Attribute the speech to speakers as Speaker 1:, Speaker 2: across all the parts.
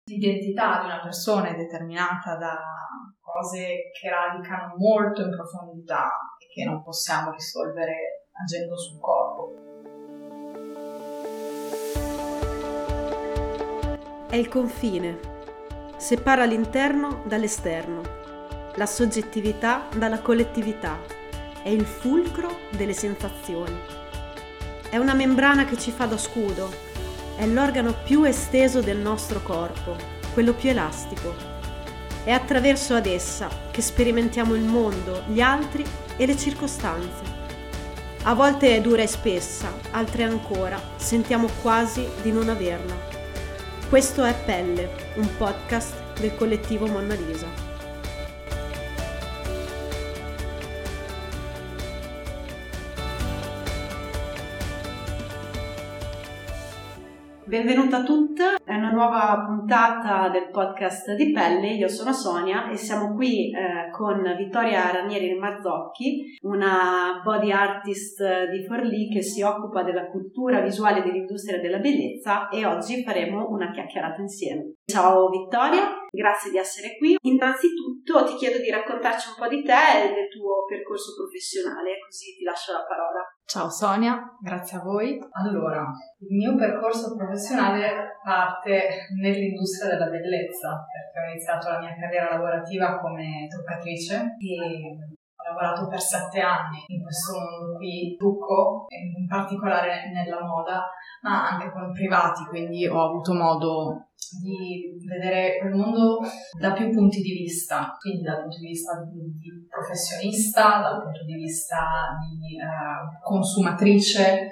Speaker 1: L'identità di una persona è determinata da cose che radicano molto in profondità e che non possiamo risolvere agendo sul corpo.
Speaker 2: È il confine, separa l'interno dall'esterno, la soggettività dalla collettività, è il fulcro delle sensazioni. È una membrana che ci fa da scudo, è l'organo più esteso del nostro corpo, quello più elastico. È attraverso ad essa che sperimentiamo il mondo, gli altri e le circostanze. A volte è dura e spessa, altre ancora sentiamo quasi di non averla. Questo è Pelle, un podcast del collettivo Monna Lisa. Benvenuta a tutte, è una nuova puntata del podcast di Pelle. Io sono Sonia e siamo qui con Vittoria Ranieri Marzocchi, una body artist di Forlì che si occupa della cultura visuale dell'industria della bellezza, e oggi faremo una chiacchierata insieme. Ciao Vittoria, grazie di essere qui. Innanzitutto ti chiedo di raccontarci un po' di te e del tuo percorso professionale, così ti lascio la parola.
Speaker 1: Ciao Sonia, grazie a voi. Allora, il mio percorso professionale parte nell'industria della bellezza, perché ho iniziato la mia carriera lavorativa come truccatrice e ho lavorato per 7 anni in questo mondo qui, trucco, in particolare nella moda, ma anche con privati, quindi ho avuto modo di vedere quel mondo da più punti di vista, quindi dal punto di vista di professionista, dal punto di vista di consumatrice,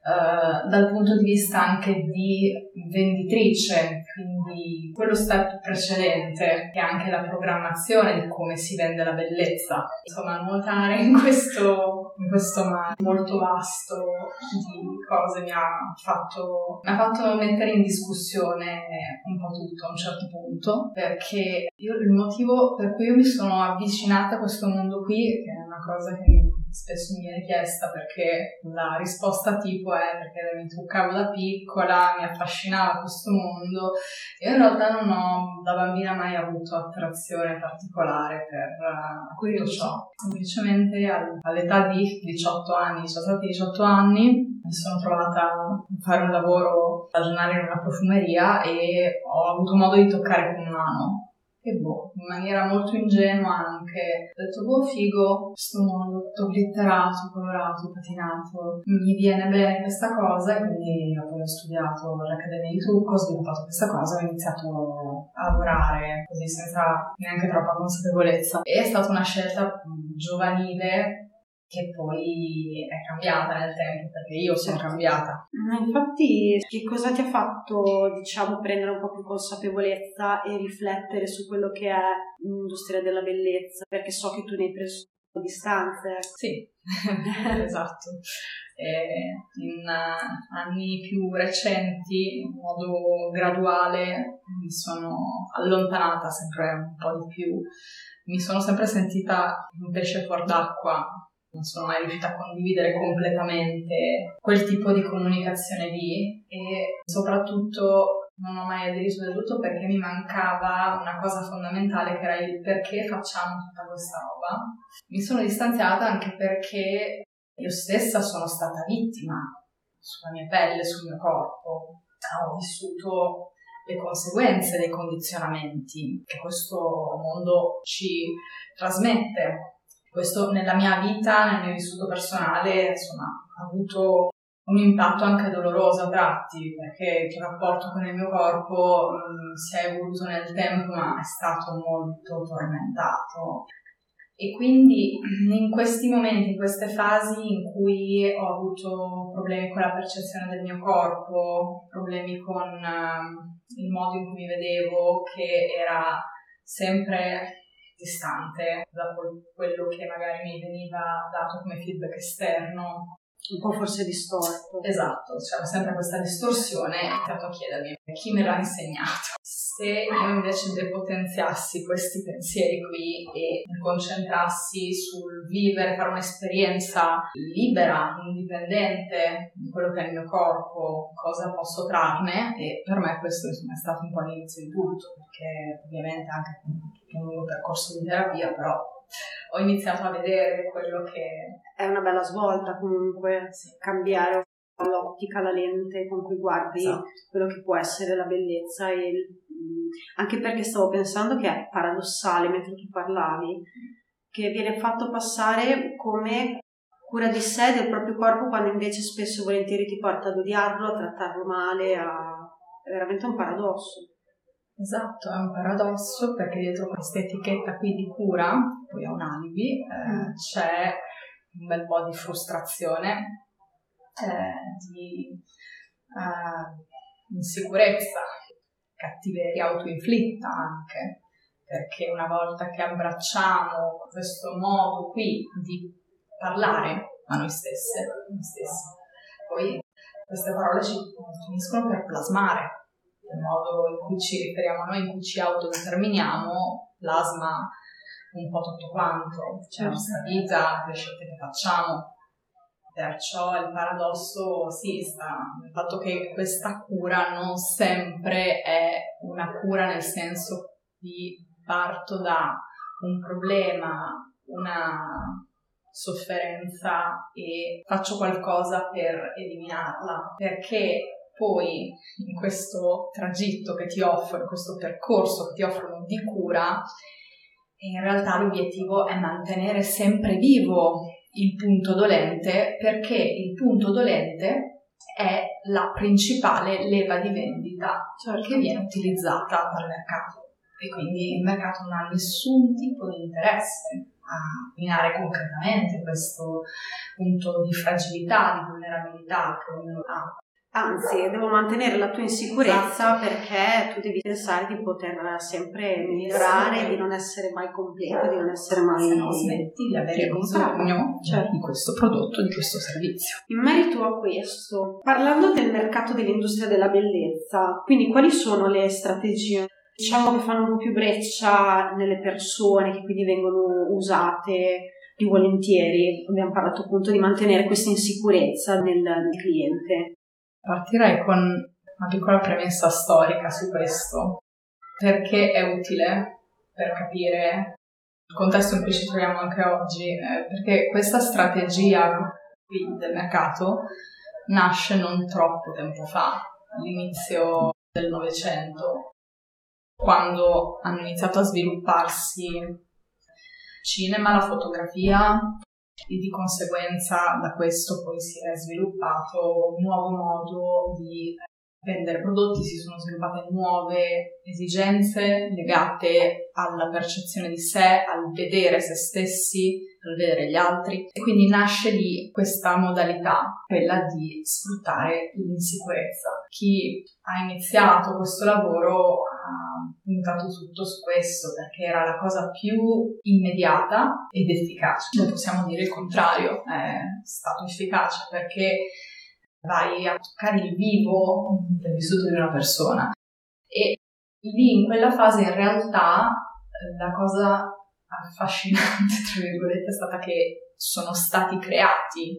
Speaker 1: dal punto di vista anche di venditrice, quindi quello step precedente, che è anche la programmazione di come si vende la bellezza. Insomma, nuotare in questo mare molto vasto di cose mi ha fatto mettere in discussione un po' tutto a un certo punto, perché il motivo per cui io mi sono avvicinata a questo mondo qui, che è una cosa che spesso mi viene chiesta, perché la risposta tipo è perché mi truccavo da piccola, mi affascinava questo mondo. Io in realtà non ho da bambina mai avuto attrazione particolare per tutto ciò. Semplicemente all'età di 18 anni, 17-18 anni, mi sono trovata a fare un lavoro stagionale in una profumeria e ho avuto modo di toccare con mano. E in maniera molto ingenua anche, ho detto, figo, questo mondo tutto glitterato, colorato, patinato, mi viene bene questa cosa, e quindi poi ho studiato all'Accademia di Trucco, ho sviluppato questa cosa e ho iniziato a lavorare così senza neanche troppa consapevolezza. E è stata una scelta giovanile che poi è cambiata nel tempo, perché io sono cambiata.
Speaker 2: Infatti, che cosa ti ha fatto, prendere un po' più consapevolezza e riflettere su quello che è l'industria della bellezza? Perché so che tu ne hai preso distanze.
Speaker 1: Sì, esatto. In anni più recenti, in modo graduale, mi sono allontanata sempre un po' di più. Mi sono sempre sentita un pesce fuor d'acqua. Non sono mai riuscita a condividere completamente quel tipo di comunicazione lì, e soprattutto non ho mai aderito del tutto perché mi mancava una cosa fondamentale, che era il perché facciamo tutta questa roba. Mi sono distanziata anche perché io stessa sono stata vittima sulla mia pelle, sul mio corpo. Ho vissuto le conseguenze dei condizionamenti che questo mondo ci trasmette. Questo nella mia vita, nel mio vissuto personale, ha avuto un impatto anche doloroso a tratti, perché il rapporto con il mio corpo si è evoluto nel tempo, ma è stato molto tormentato. E quindi in questi momenti, in queste fasi in cui ho avuto problemi con la percezione del mio corpo, problemi con il modo in cui mi vedevo, che era sempre distante da quello che magari mi veniva dato come feedback esterno,
Speaker 2: un po' forse distorto.
Speaker 1: Esatto, c'era sempre questa distorsione e ho iniziato a chiedermi chi me l'ha insegnato. Se io invece depotenziassi questi pensieri qui e mi concentrassi sul vivere, fare un'esperienza libera, indipendente di quello che è il mio corpo, cosa posso trarne, e per me questo insomma è stato un po' l'inizio di tutto, perché ovviamente anche con tutto un lungo percorso di terapia, però ho iniziato a vedere quello che...
Speaker 2: È una bella svolta comunque,
Speaker 1: Sì.
Speaker 2: Cambiare l'ottica, la lente con cui guardi
Speaker 1: Esatto.
Speaker 2: quello che può essere la bellezza anche perché stavo pensando che è paradossale mentre tu parlavi che viene fatto passare come cura di sé, del proprio corpo, quando invece spesso e volentieri ti porta ad odiarlo, a trattarlo male, è veramente un paradosso.
Speaker 1: Esatto, è un paradosso perché dietro questa etichetta qui di cura, poi ha un alibi, c'è un bel po' di frustrazione, di insicurezza, cattiveria autoinflitta anche, perché una volta che abbracciamo questo modo qui di parlare a noi stessi, poi queste parole ci finiscono per plasmare. Il modo in cui ci riferiamo a noi, in cui ci autodeterminiamo, plasma un po' tutto quanto, la nostra vita, le scelte che facciamo. Perciò il paradosso sta nel fatto che questa cura non sempre è una cura nel senso di parto da un problema, una sofferenza e faccio qualcosa per eliminarla, perché poi in questo tragitto che ti offrono, questo percorso che ti offrono di cura, in realtà l'obiettivo è mantenere sempre vivo il punto dolente, perché il punto dolente è la principale leva di vendita che viene utilizzata dal mercato, e quindi il mercato non ha nessun tipo di interesse a eliminare concretamente questo punto di fragilità, di vulnerabilità che ognuno ha.
Speaker 2: Anzi, devo mantenere la tua insicurezza,
Speaker 1: Esatto.
Speaker 2: Perché tu devi pensare di poter sempre migliorare,
Speaker 1: Sì.
Speaker 2: di non essere mai completa, di non essere mai...
Speaker 1: Se no smetti di avere bisogno di questo prodotto, di questo servizio.
Speaker 2: In merito a questo, parlando del mercato dell'industria della bellezza, quindi quali sono le strategie, diciamo, che fanno un po' più breccia nelle persone, che quindi vengono usate più volentieri? Abbiamo parlato appunto di mantenere questa insicurezza nel cliente.
Speaker 1: Partirei con una piccola premessa storica su questo, perché è utile per capire il contesto in cui ci troviamo anche oggi, perché questa strategia qui del mercato nasce non troppo tempo fa, all'inizio del Novecento, quando hanno iniziato a svilupparsi cinema, la fotografia, e di conseguenza da questo poi si è sviluppato un nuovo modo di vendere prodotti, si sono sviluppate nuove esigenze legate alla percezione di sé, al vedere se stessi, al vedere gli altri, e quindi nasce lì questa modalità, quella di sfruttare l'insicurezza. Chi ha iniziato questo lavoro ha puntato tutto su questo perché era la cosa più immediata ed efficace. Noi possiamo dire il contrario, è stato efficace perché vai a toccare il vivo del vissuto di una persona, e lì in quella fase in realtà la cosa affascinante tra virgolette è stata che sono stati creati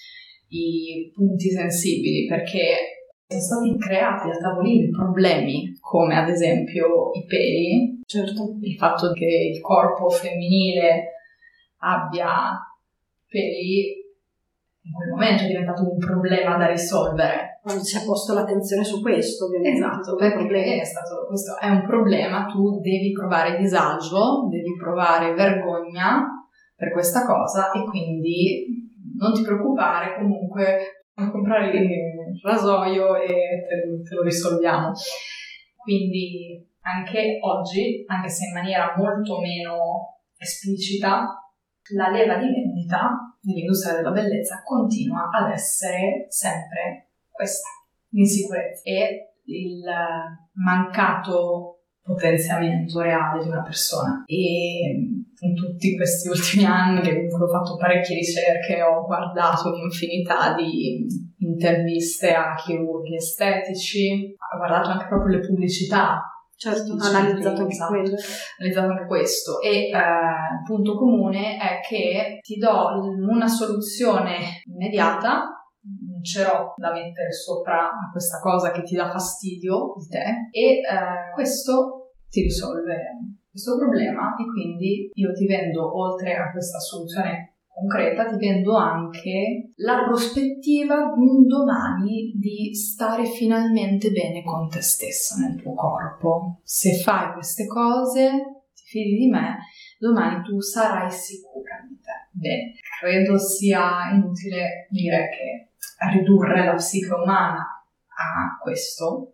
Speaker 1: i punti sensibili, perché sono stati creati a tavolino problemi come ad esempio i peli,
Speaker 2: Certo.
Speaker 1: il fatto che il corpo femminile abbia peli in quel momento è diventato un problema da risolvere.
Speaker 2: Quando si è posto l'attenzione su questo, ovviamente.
Speaker 1: Esatto, perché questo è un problema, tu devi provare disagio, devi provare vergogna per questa cosa, e quindi non ti preoccupare, comunque puoi comprare il rasoio e te lo risolviamo. Quindi anche oggi, anche se in maniera molto meno esplicita, la leva di vendita dell'industria della bellezza continua ad essere sempre questa, l'insicurezza e il mancato potenziamento reale di una persona. E in tutti questi ultimi anni, che ho fatto parecchie ricerche, ho guardato un'infinità di interviste a chirurghi estetici, ho guardato anche proprio le pubblicità.
Speaker 2: Certo, ho analizzato anche quello.
Speaker 1: Analizzato anche questo, e il punto comune è che ti do una soluzione immediata, non c'ero da mettere sopra a questa cosa che ti dà fastidio di te, e questo ti risolve questo problema, e quindi io ti vendo, oltre a questa soluzione concreta, ti vendo anche la prospettiva un domani di stare finalmente bene con te stessa nel tuo corpo. Se fai queste cose, ti fidi di me, domani tu sarai sicura di te. Bene, credo sia inutile dire che ridurre la psiche umana a questo,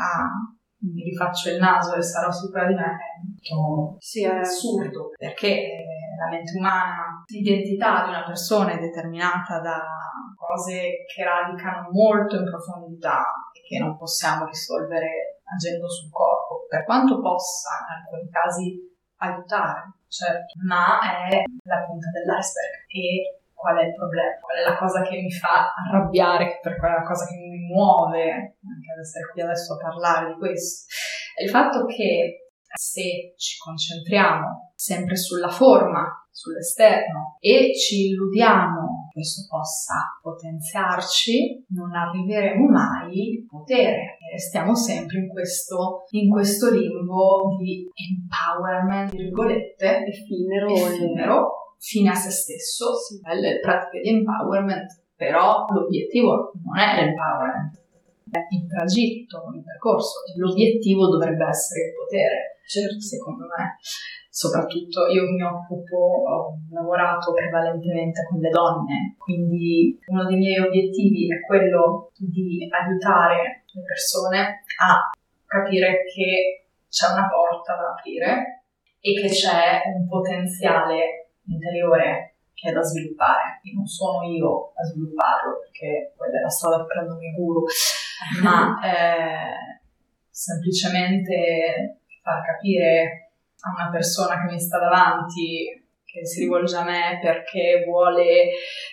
Speaker 1: mi rifaccio il naso e sarò sicura di me, è molto assurdo, perché la mente umana, l'identità di una persona è determinata da cose che radicano molto in profondità e che non possiamo risolvere agendo sul corpo, per quanto possa in alcuni casi aiutare, certo, ma è la punta dell'iceberg. E qual è il problema? Qual è la cosa che mi fa arrabbiare, per quella cosa che mi muove anche ad essere qui adesso a parlare di questo? È il fatto che se ci concentriamo sempre sulla forma, sull'esterno, e ci illudiamo che questo possa potenziarci, non arriveremo mai al potere e restiamo sempre in questo limbo di empowerment, virgolette, effimero, fine a se stesso, sì, le pratiche di empowerment, però l'obiettivo non è l'empowerment, è il tragitto, il percorso, l'obiettivo dovrebbe essere il potere, certo, secondo me. Soprattutto io ho lavorato prevalentemente con le donne, quindi uno dei miei obiettivi è quello di aiutare le persone a capire che c'è una porta da aprire e che c'è un potenziale interiore che è da sviluppare. E non sono io a svilupparlo, perché quella è la strada che prendono i guru, ma semplicemente far capire a una persona che mi sta davanti, che si rivolge a me perché vuole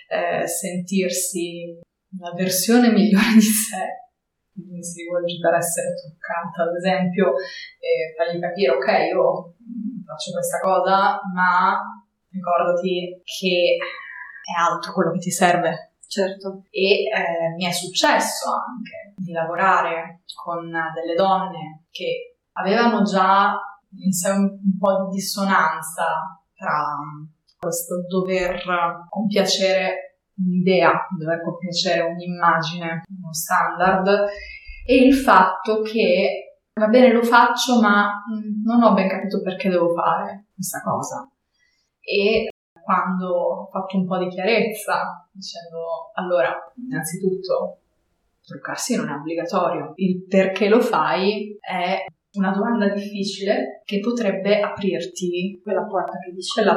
Speaker 1: sentirsi una versione migliore di sé, quindi si rivolge per essere toccata, ad esempio, fargli capire, ok, io faccio questa cosa, ma ricordati che è altro quello che ti serve.
Speaker 2: Certo.
Speaker 1: E mi è successo anche di lavorare con delle donne che avevano già in sé un po' di dissonanza tra questo dover compiacere un'idea, dover compiacere un'immagine, uno standard, e il fatto che va bene, lo faccio, ma non ho ben capito perché devo fare questa cosa. E quando ho fatto un po' di chiarezza, dicendo, allora, innanzitutto, truccarsi non è obbligatorio, il perché lo fai è una domanda difficile che potrebbe aprirti quella porta che dicevo.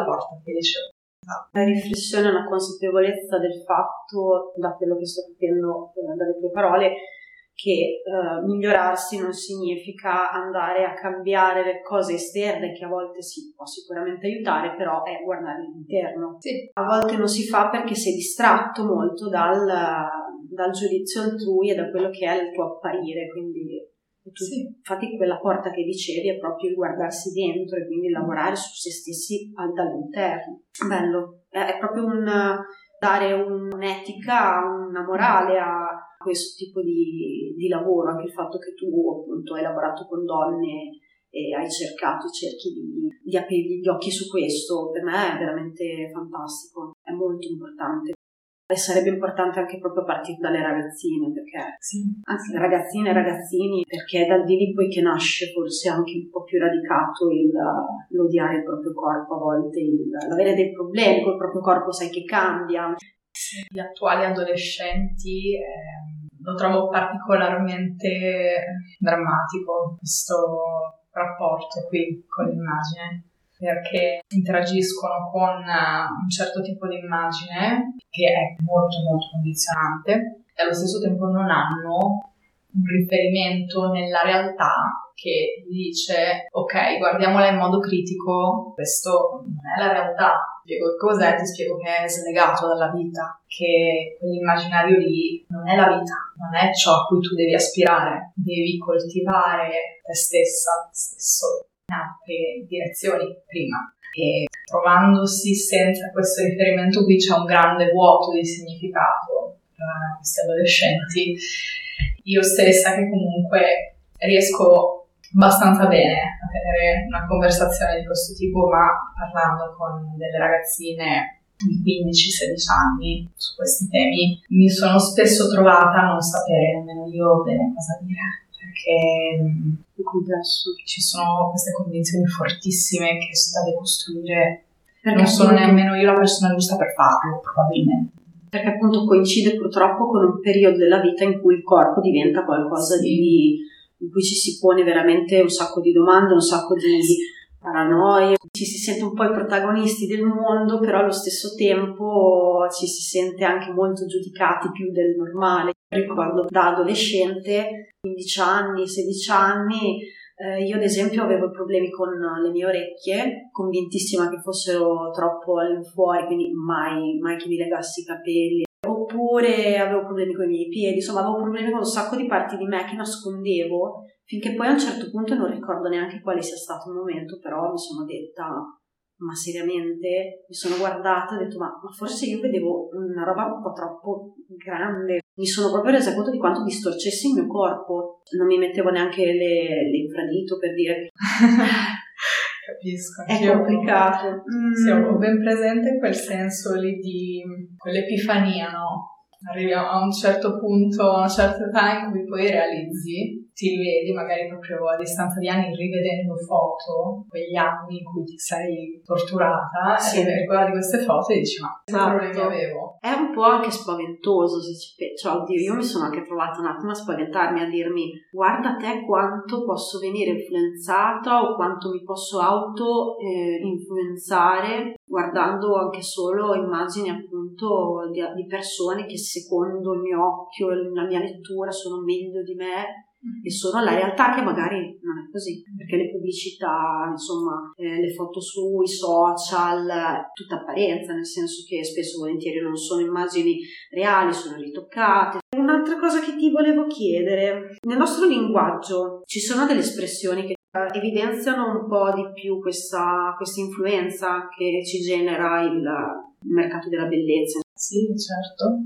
Speaker 2: La riflessione e la consapevolezza del fatto, da quello che sto capendo dalle tue parole, che migliorarsi non significa andare a cambiare le cose esterne, che a volte si può sicuramente aiutare, però è guardare l'interno.
Speaker 1: Sì.
Speaker 2: A volte non si fa perché sei distratto molto dal giudizio altrui e da quello che è il tuo apparire, quindi
Speaker 1: sì.
Speaker 2: Infatti quella porta che dicevi è proprio il guardarsi dentro e quindi lavorare su se stessi dall'interno. Bello, è proprio dare un'etica, una morale a questo tipo di lavoro, anche il fatto che tu appunto hai lavorato con donne e hai cerchi di aprirgli gli occhi su questo, per me è veramente fantastico, è molto importante. E sarebbe importante anche proprio partire dalle ragazzine, perché
Speaker 1: sì,
Speaker 2: anzi ragazzine e ragazzini, perché è da lì poi che nasce forse anche un po' più radicato l'odiare il proprio corpo, a volte l'avere dei problemi col proprio corpo, sai che cambia.
Speaker 1: Gli attuali adolescenti lo trovo particolarmente drammatico questo rapporto qui con l'immagine, perché interagiscono con un certo tipo di immagine che è molto molto condizionante e allo stesso tempo non hanno un riferimento nella realtà che dice ok, guardiamola in modo critico, questo non è la realtà, ti spiego che cos'è, ti spiego che è slegato dalla vita, che quell'immaginario lì non è la vita, non è ciò a cui tu devi aspirare, devi coltivare te stessa, te stesso in altre direzioni prima. E trovandosi senza questo riferimento qui c'è un grande vuoto di significato per questi adolescenti. Io stessa, che comunque riesco abbastanza bene a tenere una conversazione di questo tipo, ma parlando con delle ragazzine di 15-16 anni su questi temi, mi sono spesso trovata a non sapere nemmeno io bene cosa dire, perché
Speaker 2: È complesso.
Speaker 1: ci sono queste convinzioni fortissime che si deve costruire,
Speaker 2: Perché
Speaker 1: non sono
Speaker 2: appunto-
Speaker 1: nemmeno io la persona giusta per farlo, probabilmente.
Speaker 2: Perché appunto coincide purtroppo con un periodo della vita in cui il corpo diventa qualcosa in cui ci si pone veramente un sacco di domande, un sacco di paranoie, ci si sente un po' i protagonisti del mondo, però allo stesso tempo ci si sente anche molto giudicati più del normale. Ricordo da adolescente, 15 anni, 16 anni, io ad esempio avevo problemi con le mie orecchie, convintissima che fossero troppo all'infuori, quindi mai che mi legassi i capelli. Oppure avevo problemi con i miei piedi, insomma avevo problemi con un sacco di parti di me che nascondevo, finché poi a un certo punto non ricordo neanche quale sia stato il momento, però mi sono detta, ma seriamente? Mi sono guardata e ho detto, ma forse io vedevo una roba un po' troppo grande. Mi sono proprio resa conto di quanto distorcessi il mio corpo. Non mi mettevo neanche l'infradito, per dire.
Speaker 1: Capisco.
Speaker 2: È complicato.
Speaker 1: Sì, ho ben presente quel senso lì di quell'epifania, no? Arrivi a un certo punto, a una certa età in cui poi realizzi, ti rivedi magari proprio a distanza di anni rivedendo foto, quegli anni in cui ti sei torturata,
Speaker 2: Sì.
Speaker 1: e guardi queste foto e dici, ma che
Speaker 2: Esatto.
Speaker 1: problemi avevo?
Speaker 2: È un po' anche spaventoso, se ci cioè, oddio, io mi sono anche trovata un attimo a spaventarmi, a dirmi, guarda te quanto posso venire influenzata o quanto mi posso influenzare guardando anche solo immagini appunto di persone che secondo il mio occhio e la mia lettura sono meglio di me e sono la realtà, che magari non è così, perché le pubblicità, insomma, le foto sui social, tutta apparenza, nel senso che spesso volentieri non sono immagini reali, sono ritoccate. Un'altra cosa che ti volevo chiedere, nel nostro linguaggio ci sono delle espressioni che evidenziano un po' di più questa influenza che ci genera il mercato della bellezza.
Speaker 1: Sì, certo,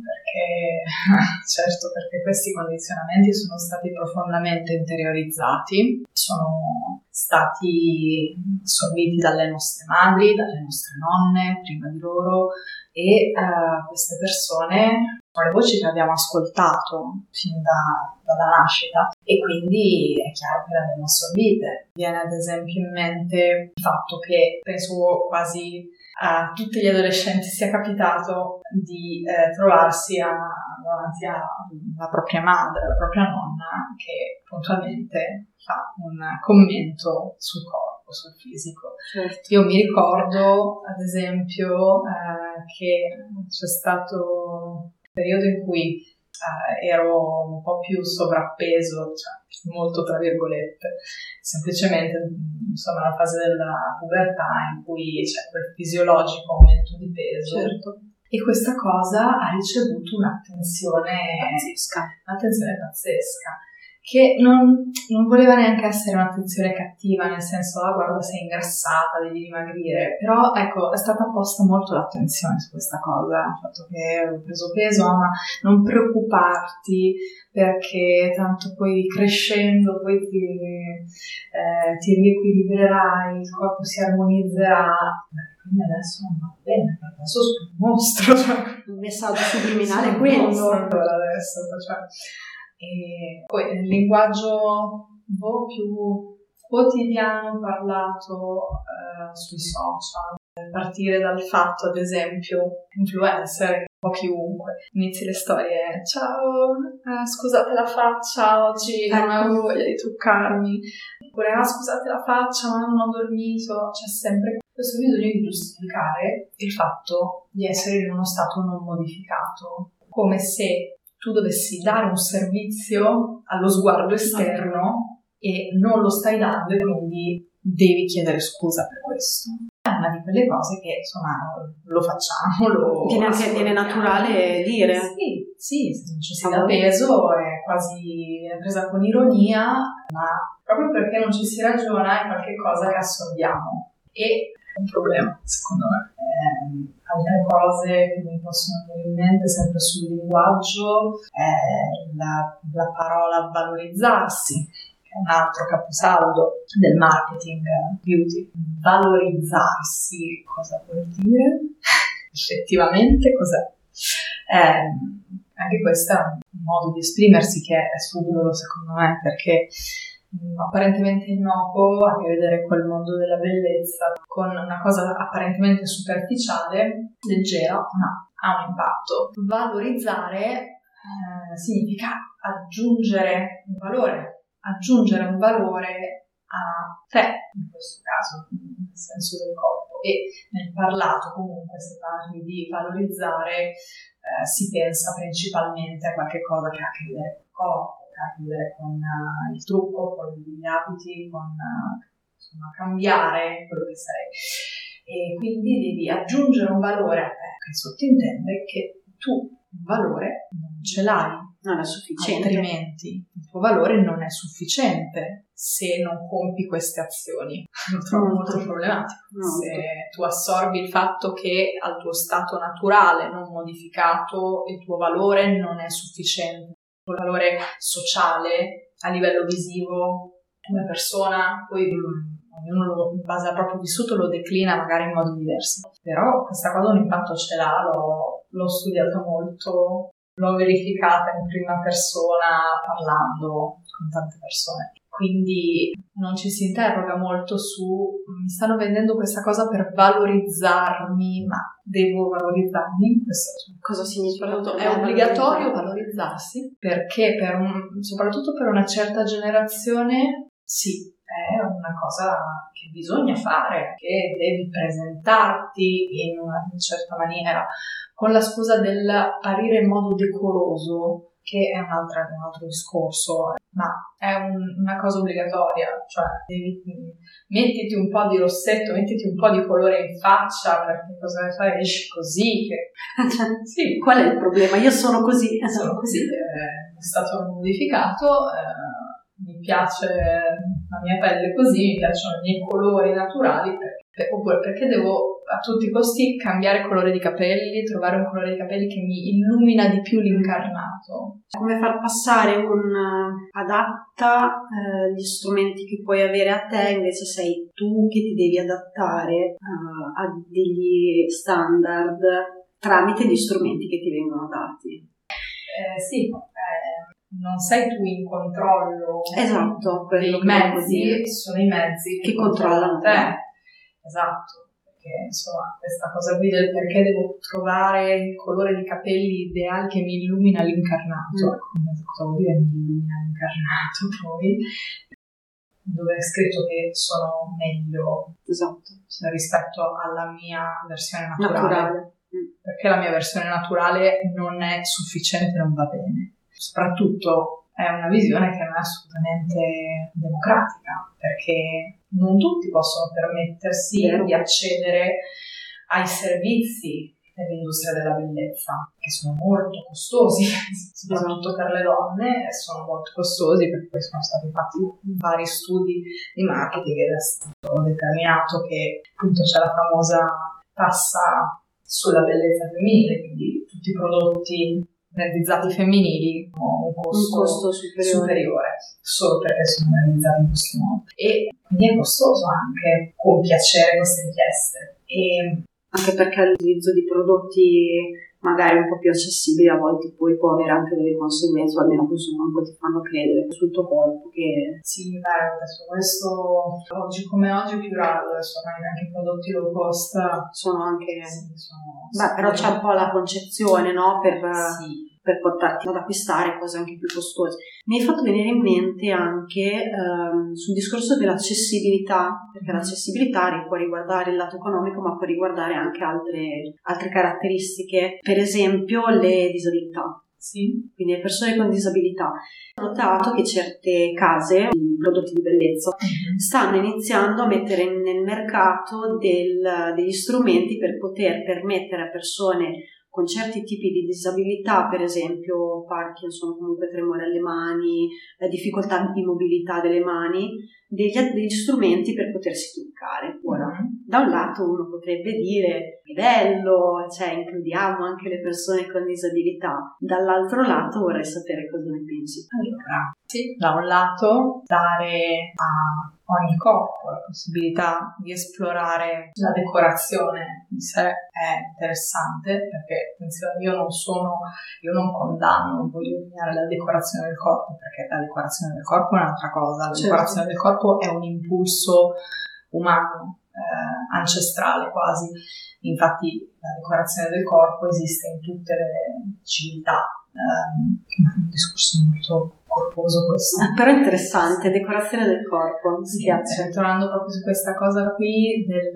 Speaker 1: perché questi condizionamenti sono stati profondamente interiorizzati, sono stati assorbiti dalle nostre madri, dalle nostre nonne, prima di loro, e queste persone sono le voci che abbiamo ascoltato fin dalla nascita, e quindi è chiaro che le abbiamo assorbite. Viene ad esempio in mente il fatto che penso quasi a tutti gli adolescenti sia capitato di trovarsi davanti alla propria madre, alla propria nonna, che puntualmente fa un commento sul corpo, sul fisico.
Speaker 2: Certo.
Speaker 1: Io mi ricordo ad esempio che c'è stato un periodo in cui ero un po' più sovrappeso, cioè molto tra virgolette, semplicemente insomma la fase della pubertà in cui c'è quel fisiologico aumento di peso.
Speaker 2: Certo.
Speaker 1: E questa cosa ha ricevuto un'attenzione pazzesca, che non voleva neanche essere un'attenzione cattiva, nel senso, guarda, sei ingrassata, devi dimagrire, però ecco, è stata posta molto l'attenzione su questa cosa, il fatto che ho preso peso, ma non preoccuparti, perché tanto poi crescendo poi ti riequilibrerai, il corpo si armonizzerà. Quindi adesso non va bene, adesso sono un mostro,
Speaker 2: Il messaggio subliminale è quello.
Speaker 1: Adesso, e poi nel linguaggio un po' più quotidiano parlato sui social, a partire dal fatto, ad esempio, influencer, un po' chiunque, inizi le storie, ciao, scusate la faccia, oggi non avevo voglia di truccarmi, oppure scusate la faccia, ma non ho dormito. C'è sempre questo bisogno di giustificare il fatto di essere in uno stato non modificato, come se tu dovessi dare un servizio allo sguardo esterno e non lo stai dando, e quindi devi chiedere scusa per questo. È una di quelle cose che insomma lo facciamo,
Speaker 2: viene naturale dire.
Speaker 1: Sì, se non ci si dà peso è quasi presa con ironia, ma proprio perché non ci si ragiona è qualcosa che assorbiamo, e è un problema secondo me. Altre cose che mi possono venire in mente sempre sul linguaggio è la parola valorizzarsi, che è un altro caposaldo del marketing beauty. Valorizzarsi, cosa vuol dire? Effettivamente cos'è? Anche questo è un modo di esprimersi che è subdolo secondo me, perché apparentemente innocuo, ha a che vedere col mondo della bellezza, con una cosa apparentemente superficiale, leggera, ma ha un impatto. Valorizzare significa aggiungere un valore a te, in questo caso, nel senso del corpo. E nel parlato, comunque, se parli di valorizzare, si pensa principalmente a qualche cosa che ha a che vedere col corpo, che ha a che vedere con il trucco, con gli abiti, con insomma, cambiare quello che sei. E quindi devi aggiungere un valore a te, che sottintende che tu un valore non ce l'hai,
Speaker 2: non è sufficiente,
Speaker 1: altrimenti il tuo valore non è sufficiente se non compi queste azioni. Lo trovo molto problematico. Se tu assorbi il fatto che al tuo stato naturale non modificato il tuo valore non è sufficiente, il tuo valore sociale a livello visivo come persona, poi ognuno in base al proprio vissuto lo declina magari in modi diversi, però questa cosa un impatto ce l'ha. L'ho studiata molto, l'ho verificata in prima persona parlando con tante persone, quindi non ci si interroga molto su mi stanno vendendo questa cosa per valorizzarmi, ma devo valorizzarmi? Questo
Speaker 2: cosa significa?
Speaker 1: È obbligatorio valorizzarsi, perché soprattutto per una certa generazione sì, è una cosa che bisogna fare, che devi presentarti in una certa maniera, con la scusa del apparire in modo decoroso, che è un altro discorso, ma è una cosa obbligatoria, cioè mettiti un po' di rossetto, mettiti un po' di colore in faccia, perché cosa ne fai? Esci così, che...
Speaker 2: sì, qual è il problema? Io sono così.
Speaker 1: Sono così, è stato modificato, mi piace la mia pelle così, mi piacciono i miei colori naturali, oppure perché devo a tutti i costi cambiare colore di capelli, trovare un colore di capelli che mi illumina di più l'incarnato.
Speaker 2: Come far passare adatta gli strumenti che puoi avere a te, invece sei tu che ti devi adattare a degli standard tramite gli strumenti che ti vengono dati.
Speaker 1: Sì, non sei tu in controllo.
Speaker 2: Esatto,
Speaker 1: dei mezzi, sono i mezzi che controllano te. Esatto, perché insomma questa cosa qui del perché devo trovare il colore di capelli ideale che mi illumina l'incarnato. Cosa vuol dire mi illumina l'incarnato poi? Dove è scritto che sono meglio,
Speaker 2: esatto,
Speaker 1: rispetto alla mia versione naturale. Perché la mia versione naturale non è sufficiente, non va bene. Soprattutto è una visione che non è assolutamente democratica, perché non tutti possono permettersi di accedere ai servizi dell'industria della bellezza, che sono molto costosi, soprattutto per le donne, sono molto costosi, perché poi sono stati fatti vari studi di marketing ed è stato determinato che appunto c'è la famosa tassa sulla bellezza femminile, quindi tutti i prodotti realizzati femminili hanno un costo superiore solo perché sono realizzati in questo modo, e quindi è costoso anche compiacere queste richieste, e
Speaker 2: anche perché l'utilizzo di prodotti magari un po' più accessibili a volte poi può avere anche delle conseguenze, o almeno questo manco ti fanno credere sul tuo corpo che...
Speaker 1: Sì, adesso questo oggi come oggi è più raro, adesso anche i prodotti low cost
Speaker 2: sono anche...
Speaker 1: Sì,
Speaker 2: però c'è un po' la concezione, no? Per portarti ad acquistare cose anche più costose. Mi hai fatto venire in mente anche sul discorso dell'accessibilità, perché l'accessibilità può riguardare il lato economico, ma può riguardare anche altre caratteristiche, per esempio le disabilità.
Speaker 1: Sì.
Speaker 2: Quindi le persone con disabilità. Ho notato che certe case di prodotti di bellezza stanno iniziando a mettere nel mercato degli strumenti per poter permettere a persone con certi tipi di disabilità, per esempio Parkinson, comunque tremore alle mani, difficoltà di mobilità delle mani, degli strumenti per potersi truccare. Ora, da un lato uno potrebbe dire bello, cioè includiamo anche le persone con disabilità, dall'altro lato vorrei sapere cosa ne pensi.
Speaker 1: Allora, sì, da un lato dare a ogni corpo la possibilità di esplorare la decorazione in sé è interessante, perché attenzione, io non condanno, non voglio eliminare la decorazione del corpo, perché la decorazione del corpo è un'altra cosa. La decorazione del corpo è un impulso umano, ancestrale quasi. Infatti la decorazione del corpo esiste in tutte le civiltà. È un discorso molto corposo questo,
Speaker 2: però interessante. Decorazione del corpo, mi piace.
Speaker 1: Tornando proprio su questa cosa qui del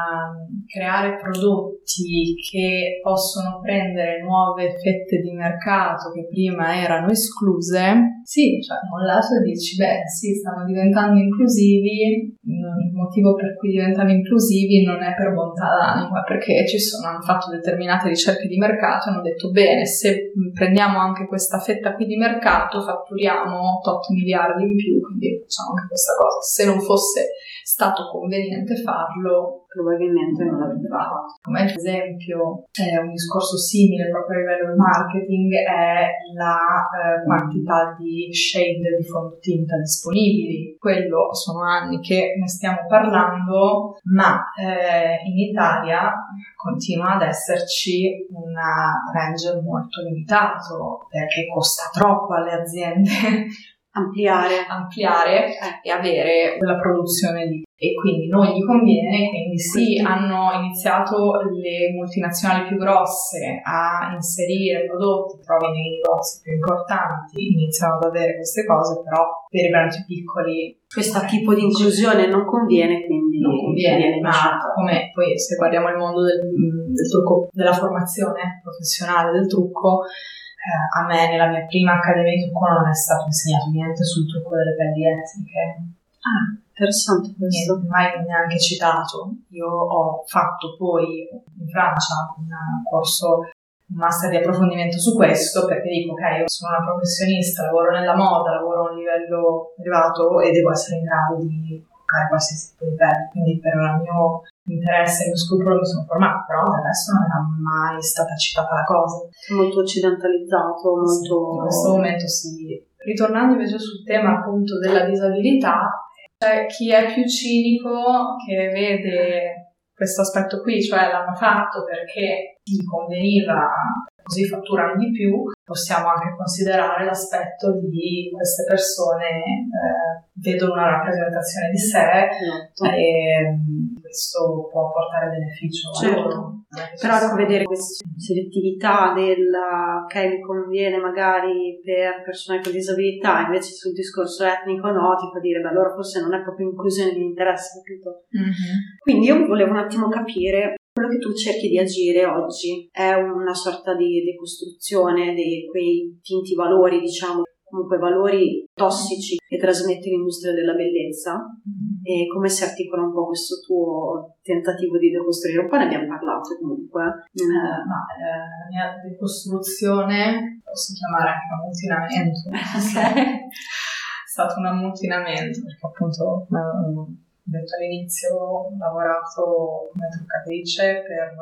Speaker 1: creare prodotti che possono prendere nuove fette di mercato che prima erano escluse, sì, cioè da un lato dici sì, stanno diventando inclusivi. Il motivo per cui diventano inclusivi non è per bontà d'animo, è perché hanno fatto determinate ricerche di mercato e hanno detto bene, se prendiamo anche questa fetta qui di mercato fatturiamo 8 miliardi in più, quindi facciamo anche questa cosa. Se non fosse stato conveniente farlo,
Speaker 2: probabilmente non l'avrebbe fatto.
Speaker 1: Come esempio, un discorso simile proprio a livello di marketing è la quantità di shade di fondotinta disponibili. Quello sono anni che ne stiamo parlando, ma in Italia continua ad esserci un range molto limitato, perché costa troppo alle aziende ampliare e avere quella produzione lì. E quindi non gli conviene, quindi sì, hanno iniziato le multinazionali più grosse a inserire prodotti, trovi nei negozi più importanti, iniziano ad avere queste cose, però per i brand più piccoli
Speaker 2: questo tipo di inclusione non conviene, quindi
Speaker 1: non conviene, ma come poi se guardiamo il mondo del trucco, della formazione professionale del trucco, a me nella mia prima accademia di trucco non è stato insegnato niente sul trucco delle pelli etniche.
Speaker 2: Interessante questo.
Speaker 1: Niente, mai neanche citato. Io ho fatto poi in Francia un master di approfondimento su questo, perché dico ok, io sono una professionista, lavoro nella moda, lavoro a un livello elevato e devo essere in grado di toccare qualsiasi tipo di pelle, quindi per il mio interesse e il mio scrupolo mi sono formata, però del resto non era mai stata citata la cosa.
Speaker 2: Molto occidentalizzato, molto...
Speaker 1: In questo momento sì. Ritornando invece sul tema appunto della disabilità, c'è chi è più cinico che vede questo aspetto qui, cioè l'hanno fatto perché gli conveniva, così fatturano di più. Possiamo anche considerare l'aspetto di queste persone vedono una rappresentazione di sé e questo può portare beneficio a loro.
Speaker 2: Però ecco, vedere questa selettività che mi conviene magari per persone con disabilità, invece sul discorso etnico no, ti fa dire allora forse non è proprio inclusione di interesse, capito? Quindi io volevo un attimo capire quello che tu cerchi di agire oggi. È una sorta di decostruzione di quei finti valori, diciamo, comunque valori tossici che trasmette l'industria della bellezza, e come si articola un po' questo tuo tentativo di decostruire? Un po' ne abbiamo parlato comunque.
Speaker 1: Ma la mia decostruzione posso chiamare anche un ammutinamento. È stato un ammutinamento perché appunto, come ho detto all'inizio, ho lavorato come truccatrice per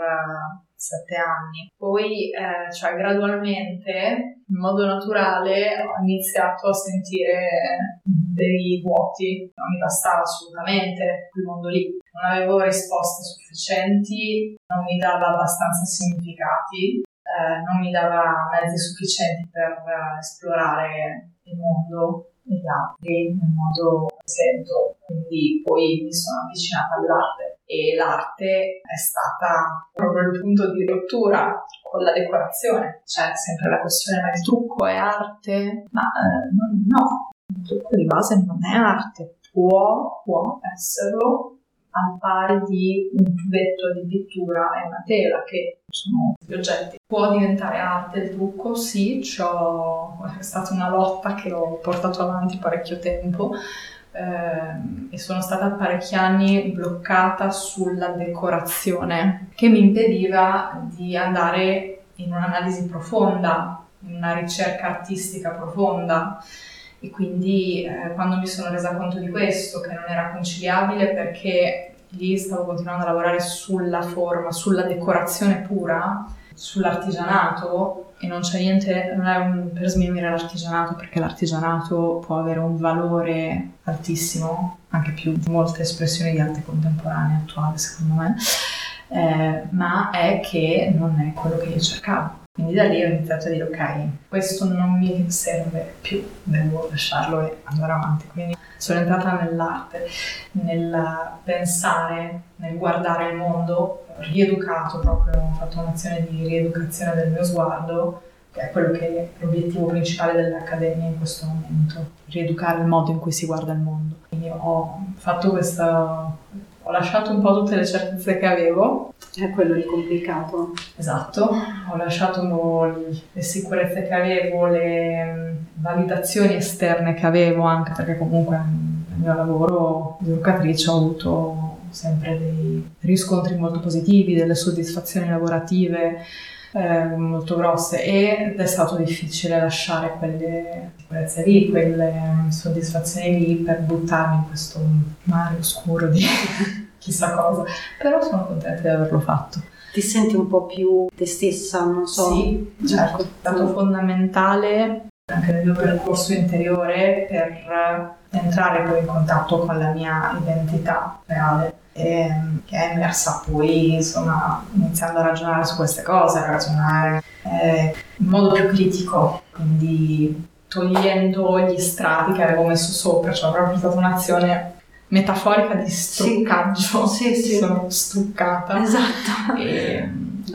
Speaker 1: 7 anni. Poi, cioè gradualmente, in modo naturale, ho iniziato a sentire dei vuoti. Non mi bastava assolutamente quel mondo lì. Non avevo risposte sufficienti, non mi dava abbastanza significati, non mi dava mezzi sufficienti per esplorare il mondo degli altri nel modo che sento. Quindi poi mi sono avvicinata all'arte e l'arte è stata proprio il punto di rottura con la decorazione. C'è sempre la questione, ma il trucco è arte? Ma no, il trucco di base non è arte, può esserlo, al pari di un tubetto di pittura e una tela, che sono gli oggetti. Può diventare arte il trucco? Sì, è stata una lotta che ho portato avanti parecchio tempo, e sono stata parecchi anni bloccata sulla decorazione, che mi impediva di andare in un'analisi profonda, in una ricerca artistica profonda. E quindi quando mi sono resa conto di questo, che non era conciliabile, perché lì stavo continuando a lavorare sulla forma, sulla decorazione pura, sull'artigianato, e non c'è niente, non è per sminuire l'artigianato, perché l'artigianato può avere un valore altissimo, anche più di molte espressioni di arte contemporanea attuale, secondo me, ma è che non è quello che io cercavo. Quindi da lì ho iniziato a dire ok, questo non mi serve più, devo lasciarlo e andare avanti. Quindi sono entrata nell'arte, nel pensare, nel guardare il mondo, rieducato proprio, ho fatto un'azione di rieducazione del mio sguardo, che è quello che è l'obiettivo principale dell'Accademia in questo momento, rieducare il modo in cui si guarda il mondo. Quindi ho fatto ho lasciato un po' tutte le certezze che avevo.
Speaker 2: È quello il complicato.
Speaker 1: Esatto, ho lasciato le sicurezze che avevo, le validazioni esterne che avevo, anche perché comunque nel mio lavoro di educatrice ho avuto sempre dei riscontri molto positivi, delle soddisfazioni lavorative molto grosse, ed è stato difficile lasciare quelle sicurezze lì, quelle soddisfazioni lì, per buttarmi in questo mare oscuro di chissà cosa, però sono contenta di averlo fatto.
Speaker 2: Ti senti un po' più te stessa, non so?
Speaker 1: Sì, certo, è stato fondamentale anche nel mio percorso interiore per entrare poi in contatto con la mia identità reale, che è emersa poi, insomma, iniziando a ragionare su queste cose, a ragionare in modo più critico, quindi togliendo gli strati che avevo messo sopra, cioè proprio stata un'azione metaforica di struccaggio.
Speaker 2: Sì.
Speaker 1: Sono struccata.
Speaker 2: Esatto.
Speaker 1: E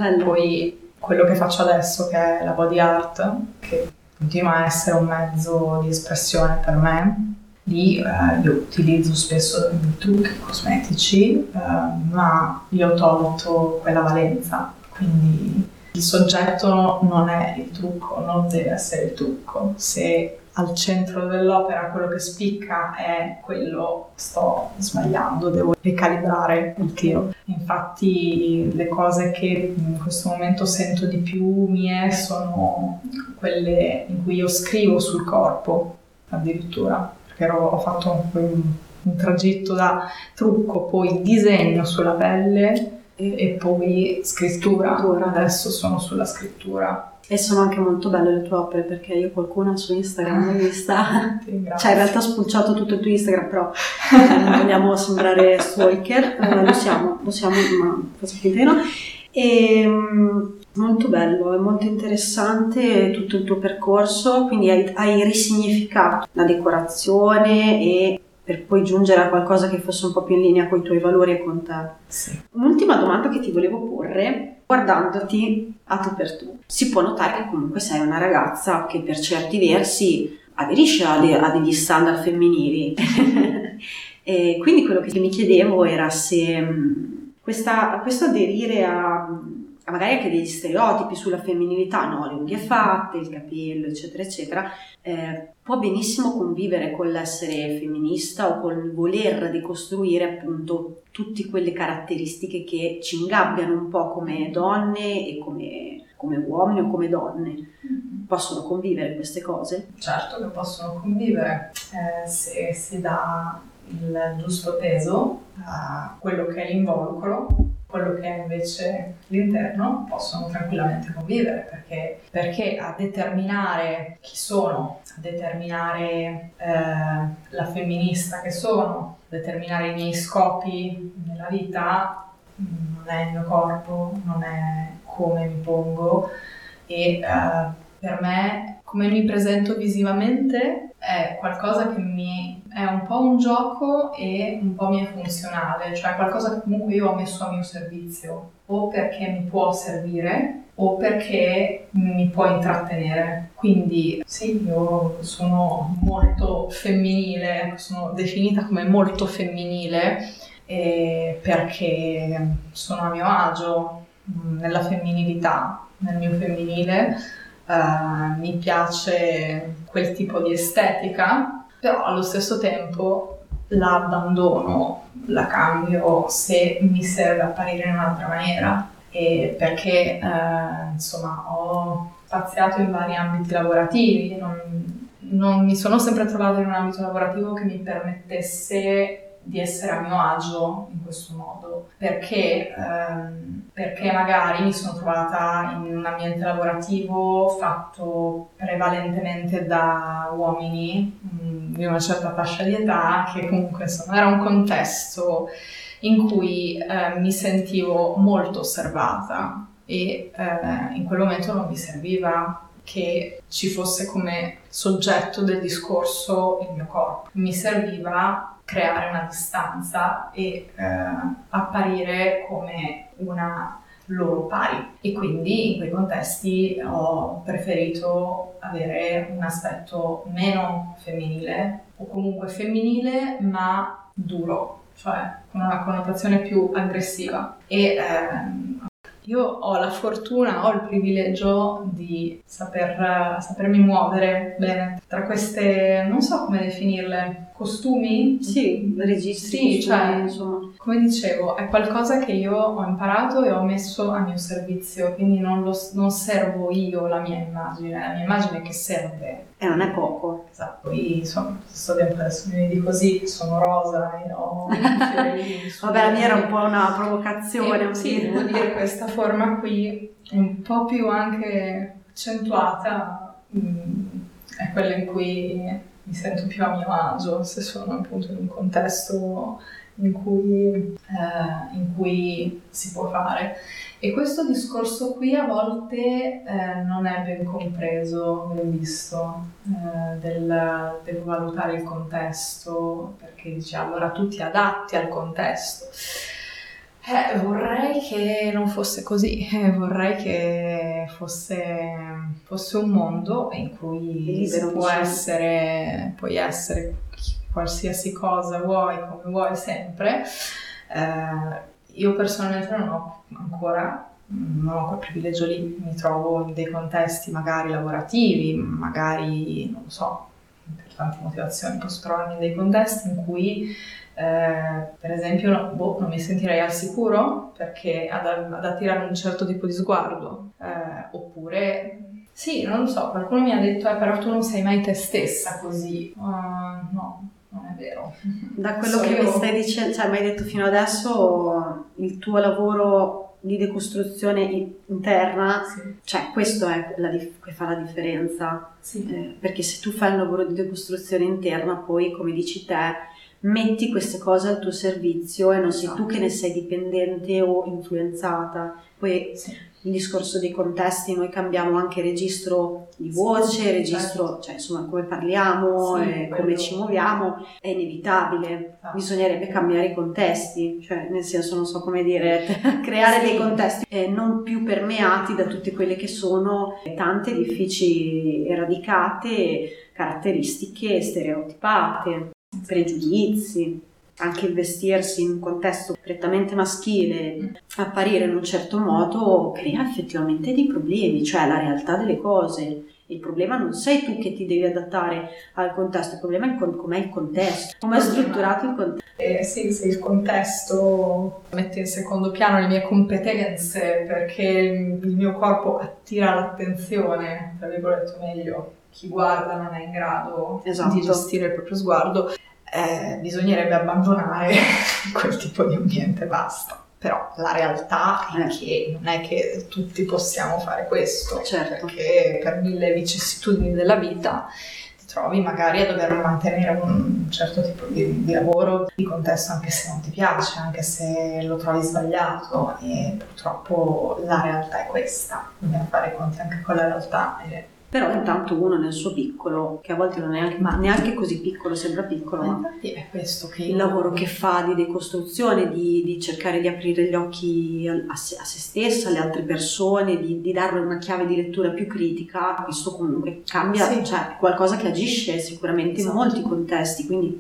Speaker 1: poi quello che faccio adesso, che è la body art, che continua a essere un mezzo di espressione per me. Lì io utilizzo spesso i trucchi cosmetici, ma io ho tolto quella valenza, quindi il soggetto non è il trucco, non deve essere il trucco. Se al centro dell'opera quello che spicca è quello, sto sbagliando, devo ricalibrare il tiro. Infatti le cose che in questo momento sento di più mie sono quelle in cui io scrivo sul corpo, addirittura, perché ho fatto un tragitto da trucco, poi disegno sulla pelle e poi scrittura. Adesso sono sulla scrittura.
Speaker 2: E sono anche molto belle le tue opere, perché io qualcuna su Instagram l'ho vista, cioè in realtà ho spulciato tutto il tuo Instagram, però non vogliamo sembrare stalker, lo siamo, ma faccio finta di no. E molto bello, è molto interessante tutto il tuo percorso, quindi hai risignificato la decorazione e per poi giungere a qualcosa che fosse un po' più in linea con i tuoi valori e con te.
Speaker 1: Sì.
Speaker 2: Un'ultima domanda che ti volevo porre, guardandoti a tu per tu, si può notare che comunque sei una ragazza che per certi versi aderisce a degli standard femminili. E quindi quello che mi chiedevo era se questo aderire a magari anche degli stereotipi sulla femminilità, no? Le unghie fatte, il capello, eccetera, eccetera, può benissimo convivere con l'essere femminista o col voler decostruire appunto tutte quelle caratteristiche che ci ingabbiano un po' come donne e come uomini o come donne. Possono convivere queste cose?
Speaker 1: Certo che possono convivere, se si dà il giusto peso a quello che è l'involucro. Quello che è invece l'interno possono tranquillamente convivere, perché a determinare chi sono, a determinare la femminista che sono, a determinare i miei scopi nella vita non è il mio corpo, non è come mi pongo, e per me come mi presento visivamente è qualcosa che è un po' un gioco e un po' mi è funzionale, cioè qualcosa che comunque io ho messo a mio servizio, o perché mi può servire o perché mi può intrattenere. Quindi sì, io sono molto femminile, sono definita come molto femminile, e perché sono a mio agio nella femminilità, nel mio femminile, mi piace quel tipo di estetica, però allo stesso tempo la abbandono, la cambio se mi serve apparire in un'altra maniera, e perché insomma ho spaziato in vari ambiti lavorativi, non mi sono sempre trovata in un ambito lavorativo che mi permettesse di essere a mio agio in questo modo, perché magari mi sono trovata in un ambiente lavorativo fatto prevalentemente da uomini di una certa fascia di età, che comunque insomma era un contesto in cui mi sentivo molto osservata e in quel momento non mi serviva che ci fosse come soggetto del discorso il mio corpo, mi serviva creare una distanza e apparire come una loro pari, e quindi in quei contesti ho preferito avere un aspetto meno femminile, o comunque femminile ma duro, cioè con una connotazione più aggressiva. E io ho la fortuna, ho il privilegio di sapermi muovere bene tra queste, non so come definirle, costumi?
Speaker 2: Sì, registri,
Speaker 1: sì,
Speaker 2: costumi,
Speaker 1: cioè,
Speaker 2: insomma.
Speaker 1: Come dicevo, è qualcosa che io ho imparato e ho messo a mio servizio, quindi non servo io la mia immagine che serve.
Speaker 2: E non è poco.
Speaker 1: Esatto, poi insomma, allo stesso tempo adesso mi vedi così, sono rosa e ho i fiorellini.
Speaker 2: Vabbè, la mia era un po' una provocazione.
Speaker 1: Sì, devo dire, questa forma qui, un po' più anche accentuata, è quella in cui mi sento più a mio agio, se sono appunto in un contesto in cui si può fare. E questo discorso qui a volte non è ben compreso, ben visto, devo valutare il contesto, perché dice allora tu ti adatti al contesto. Vorrei che non fosse così, vorrei che fosse un mondo in cui puoi essere qualsiasi cosa vuoi, come vuoi sempre. Io personalmente non ho quel privilegio lì, mi trovo in dei contesti magari lavorativi, magari, non lo so, per tante motivazioni posso trovarmi in dei contesti in cui per esempio non mi sentirei al sicuro perché ad attirare un certo tipo di sguardo, oppure sì, non lo so, qualcuno mi ha detto però tu non sei mai te stessa così. No, non è vero.
Speaker 2: Da quello che mi stai dicendo, cioè mi hai detto fino adesso, il tuo lavoro di decostruzione interna,
Speaker 1: sì.
Speaker 2: Cioè questo è che fa la differenza,
Speaker 1: sì.
Speaker 2: Perché se tu fai un lavoro di decostruzione interna, poi come dici te metti queste cose al tuo servizio e non sei tu che ne sei dipendente o influenzata. Poi
Speaker 1: sì.
Speaker 2: Il discorso dei contesti, noi cambiamo anche registro di voce, registro, cioè insomma come parliamo e come ci muoviamo, è inevitabile, bisognerebbe cambiare i contesti, cioè nel senso, non so come dire, creare dei contesti non più permeati da tutte quelle che sono tante difficili eradicate caratteristiche stereotipate, pregiudizi. Anche il vestirsi in un contesto prettamente maschile, apparire in un certo modo, crea effettivamente dei problemi, cioè la realtà delle cose. Il problema non sei tu che ti devi adattare al contesto, il problema è com'è il contesto, com'è strutturato il contesto.
Speaker 1: Sì, se il contesto mette in secondo piano le mie competenze perché il mio corpo attira l'attenzione, tra virgolette, o meglio, chi guarda non è in grado di gestire il proprio sguardo, bisognerebbe abbandonare quel tipo di ambiente, basta. Però la realtà è che non è che tutti possiamo fare questo,
Speaker 2: certo.
Speaker 1: Perché per mille vicissitudini della vita ti trovi magari a dover mantenere un certo tipo di lavoro, di contesto, anche se non ti piace, anche se lo trovi sbagliato, e purtroppo la realtà è questa, dobbiamo fare i conti anche con la realtà.
Speaker 2: Però intanto uno nel suo piccolo, che a volte non è neanche così piccolo, sembra piccolo, ma
Speaker 1: infatti è questo che
Speaker 2: il lavoro che fa di decostruzione, di cercare di aprire gli occhi a se stessa, alle altre persone, di darle una chiave di lettura più critica, questo comunque cambia, cioè qualcosa che agisce sicuramente in molti contesti, quindi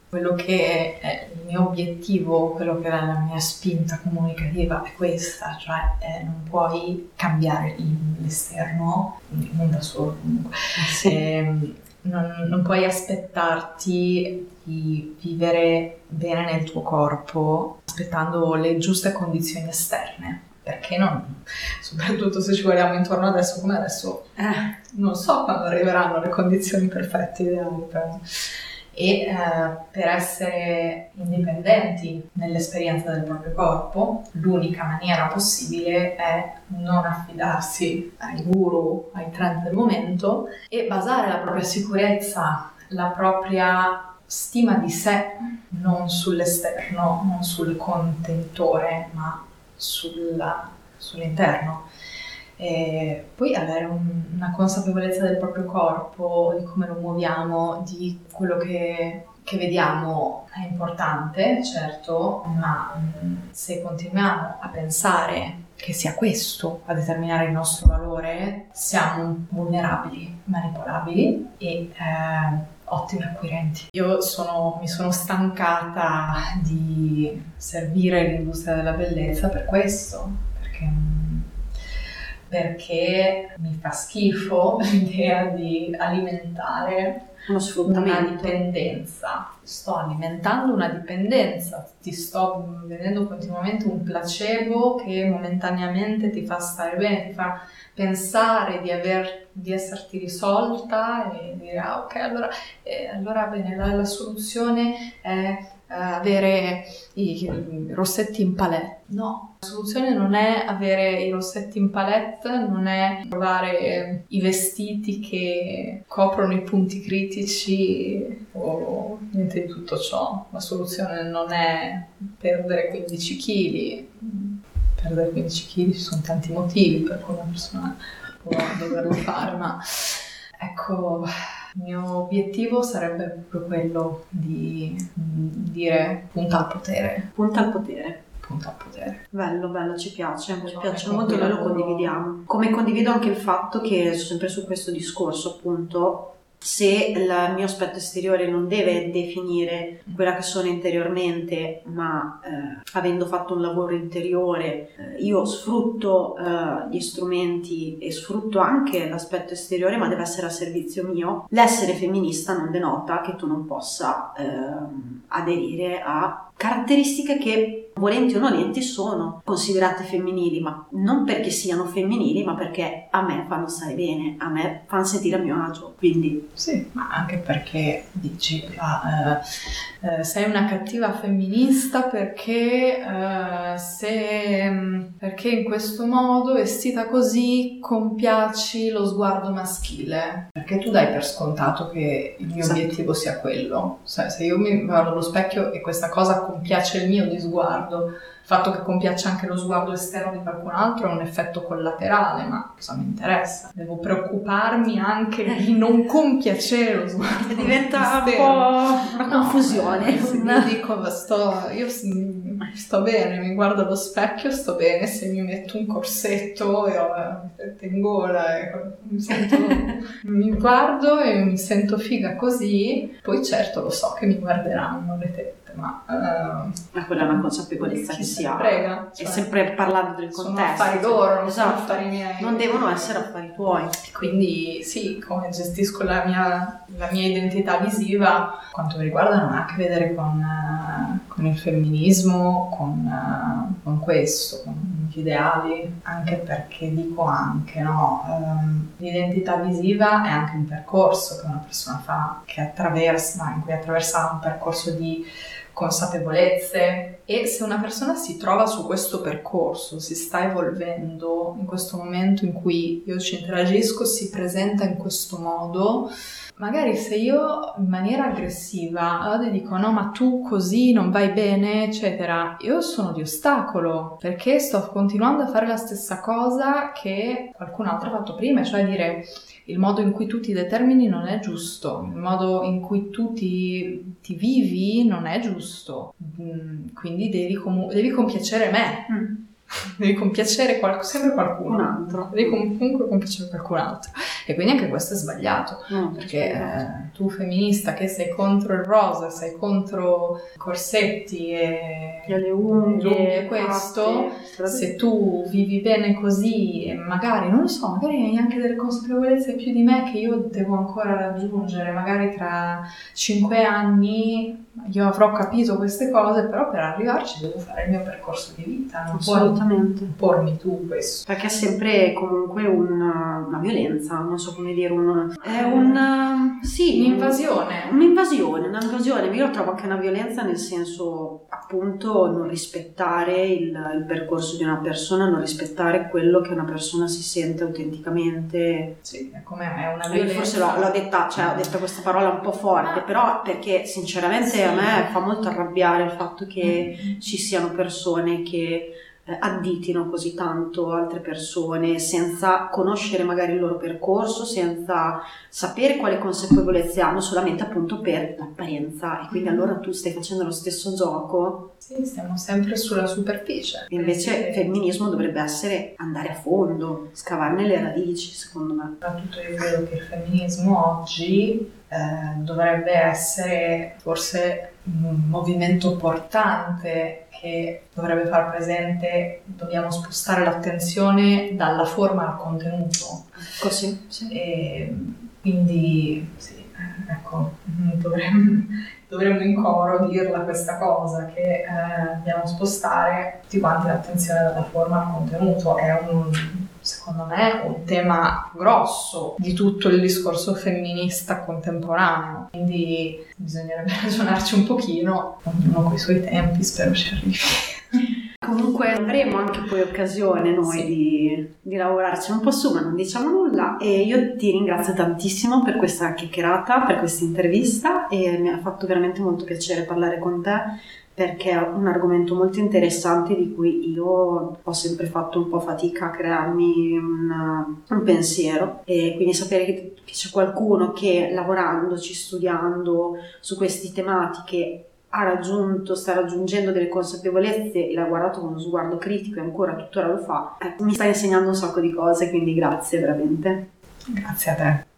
Speaker 1: quello che è il mio obiettivo, quello che è la mia spinta comunicativa è questa, cioè non puoi cambiare l'esterno, non da solo comunque.
Speaker 2: Sì.
Speaker 1: Non puoi aspettarti di vivere bene nel tuo corpo aspettando le giuste condizioni esterne, perché non, soprattutto se ci guardiamo intorno adesso come adesso, non so quando arriveranno le condizioni perfette, ideali per essere indipendenti nell'esperienza del proprio corpo. L'unica maniera possibile è non affidarsi ai guru, ai trend del momento e basare la propria sicurezza, la propria stima di sé non sull'esterno, non sul contenitore, ma sull'interno. E poi avere una consapevolezza del proprio corpo, di come lo muoviamo, di quello che vediamo è importante, certo, ma se continuiamo a pensare che sia questo a determinare il nostro valore, siamo vulnerabili, manipolabili e ottimi acquirenti. Io mi sono stancata di servire l'industria della bellezza per questo, perché mi fa schifo l'idea di alimentare una dipendenza. Sto alimentando una dipendenza, ti sto vendendo continuamente un placebo che momentaneamente ti fa stare bene, ti fa pensare di esserti risolta e dire ok, allora bene, la soluzione è avere i rossetti in palette. No, la soluzione non è avere i rossetti in palette, non è trovare i vestiti che coprono i punti critici o niente di tutto ciò. La soluzione non è perdere 15 kg. Perdere 15 kg ci sono tanti motivi per cui una persona può doverlo fare, ma ecco, il mio obiettivo sarebbe proprio quello di dire punta al potere.
Speaker 2: Punta al potere.
Speaker 1: Punta al potere.
Speaker 2: Bello, ci piace molto, noi lo condividiamo. Come condivido anche il fatto che, sempre su questo discorso appunto, se il mio aspetto esteriore non deve definire quella che sono interiormente, ma avendo fatto un lavoro interiore, io sfrutto gli strumenti e sfrutto anche l'aspetto esteriore, ma deve essere a servizio mio. L'essere femminista non denota che tu non possa aderire a caratteristiche che, volenti o nolenti, sono considerate femminili, ma non perché siano femminili, ma perché a me fanno stare bene, a me fanno sentire a mio agio. Quindi
Speaker 1: sì, ma anche perché dici sei una cattiva femminista perché in questo modo, vestita così, compiaci lo sguardo maschile, perché tu dai per scontato che il mio obiettivo sia quello. Se io mi guardo allo specchio e questa cosa compiace il mio di sguardo, il fatto che compiaccia anche lo sguardo esterno di qualcun altro è un effetto collaterale, ma cosa mi interessa? Devo preoccuparmi anche di non compiacere lo sguardo
Speaker 2: diventa esterno. Un po' una confusione.
Speaker 1: Io dico, io sto bene, mi guardo allo specchio, sto bene, se mi metto un corsetto e ho la testa in gola mi guardo e mi sento figa così, poi certo lo so che mi guarderanno le tette, ma
Speaker 2: quella è una consapevolezza che si ha,
Speaker 1: prega,
Speaker 2: cioè, e sempre parlando del contesto,
Speaker 1: sono affari loro, non sono
Speaker 2: esatto,
Speaker 1: affari miei,
Speaker 2: non devono essere affari tuoi.
Speaker 1: Quindi sì, come gestisco la mia identità visiva, quanto mi riguarda, non ha a che vedere con il femminismo, con questo, con gli ideali, anche perché dico anche, no, l'identità visiva è anche un percorso che una persona fa, in cui attraversa un percorso di consapevolezze, e se una persona si trova su questo percorso, si sta evolvendo in questo momento in cui io ci interagisco, si presenta in questo modo, magari se io in maniera aggressiva dico no ma tu così non vai bene eccetera, io sono di ostacolo perché sto continuando a fare la stessa cosa che qualcun altro ha fatto prima, cioè dire il modo in cui tu ti determini non è giusto, il modo in cui tu ti vivi non è giusto, quindi devi compiacere me. devi compiacere sempre qualcuno.
Speaker 2: Un altro.
Speaker 1: Devi comunque compiacere qualcun altro. E quindi anche questo è sbagliato, perché tu femminista che sei contro il rosa, sei contro corsetti e
Speaker 2: le unghie
Speaker 1: e questo, se tu vivi bene così e magari, non lo so, magari hai anche delle consapevolezze più di me che io devo ancora raggiungere, magari tra 5 anni io avrò capito queste cose, però per arrivarci devo fare il mio percorso di vita, non
Speaker 2: assolutamente
Speaker 1: puoi pormi tu questo.
Speaker 2: Perché è sempre comunque una violenza, non so come dire, un'invasione. Io trovo anche una violenza nel senso, appunto, non rispettare il percorso di una persona, non rispettare quello che una persona si sente autenticamente.
Speaker 1: Sì, è una violenza.
Speaker 2: Forse l'ho detta, ho detto questa parola un po' forte, però perché sinceramente a me fa molto arrabbiare il fatto che ci siano persone che additino così tanto altre persone senza conoscere magari il loro percorso, senza sapere quali consapevolezze hanno, solamente appunto per l'apparenza, e quindi allora tu stai facendo lo stesso gioco.
Speaker 1: Sì, stiamo sempre sulla superficie.
Speaker 2: Invece il femminismo dovrebbe essere andare a fondo, scavarne le radici, secondo me.
Speaker 1: Soprattutto io credo che il femminismo oggi dovrebbe essere forse un movimento portante che dovrebbe far presente, dobbiamo spostare l'attenzione dalla forma al contenuto.
Speaker 2: Così, sì.
Speaker 1: E quindi, sì, ecco, dovremmo in coro dirla questa cosa, che dobbiamo spostare tutti quanti l'attenzione dalla forma al contenuto. È secondo me un tema grosso di tutto il discorso femminista contemporaneo, quindi bisognerebbe ragionarci un pochino, ognuno coi suoi tempi, spero ci arrivi.
Speaker 2: Comunque avremo anche poi occasione noi di lavorarci un po' su, ma non diciamo nulla, e io ti ringrazio tantissimo per questa chiacchierata, per questa intervista, e mi ha fatto veramente molto piacere parlare con te, perché è un argomento molto interessante di cui io ho sempre fatto un po' fatica a crearmi un pensiero, e quindi sapere che c'è qualcuno che lavorandoci, studiando su queste tematiche sta raggiungendo delle consapevolezze e l'ha guardato con uno sguardo critico e ancora tuttora lo fa, mi sta insegnando un sacco di cose, quindi grazie veramente.
Speaker 1: Grazie a te.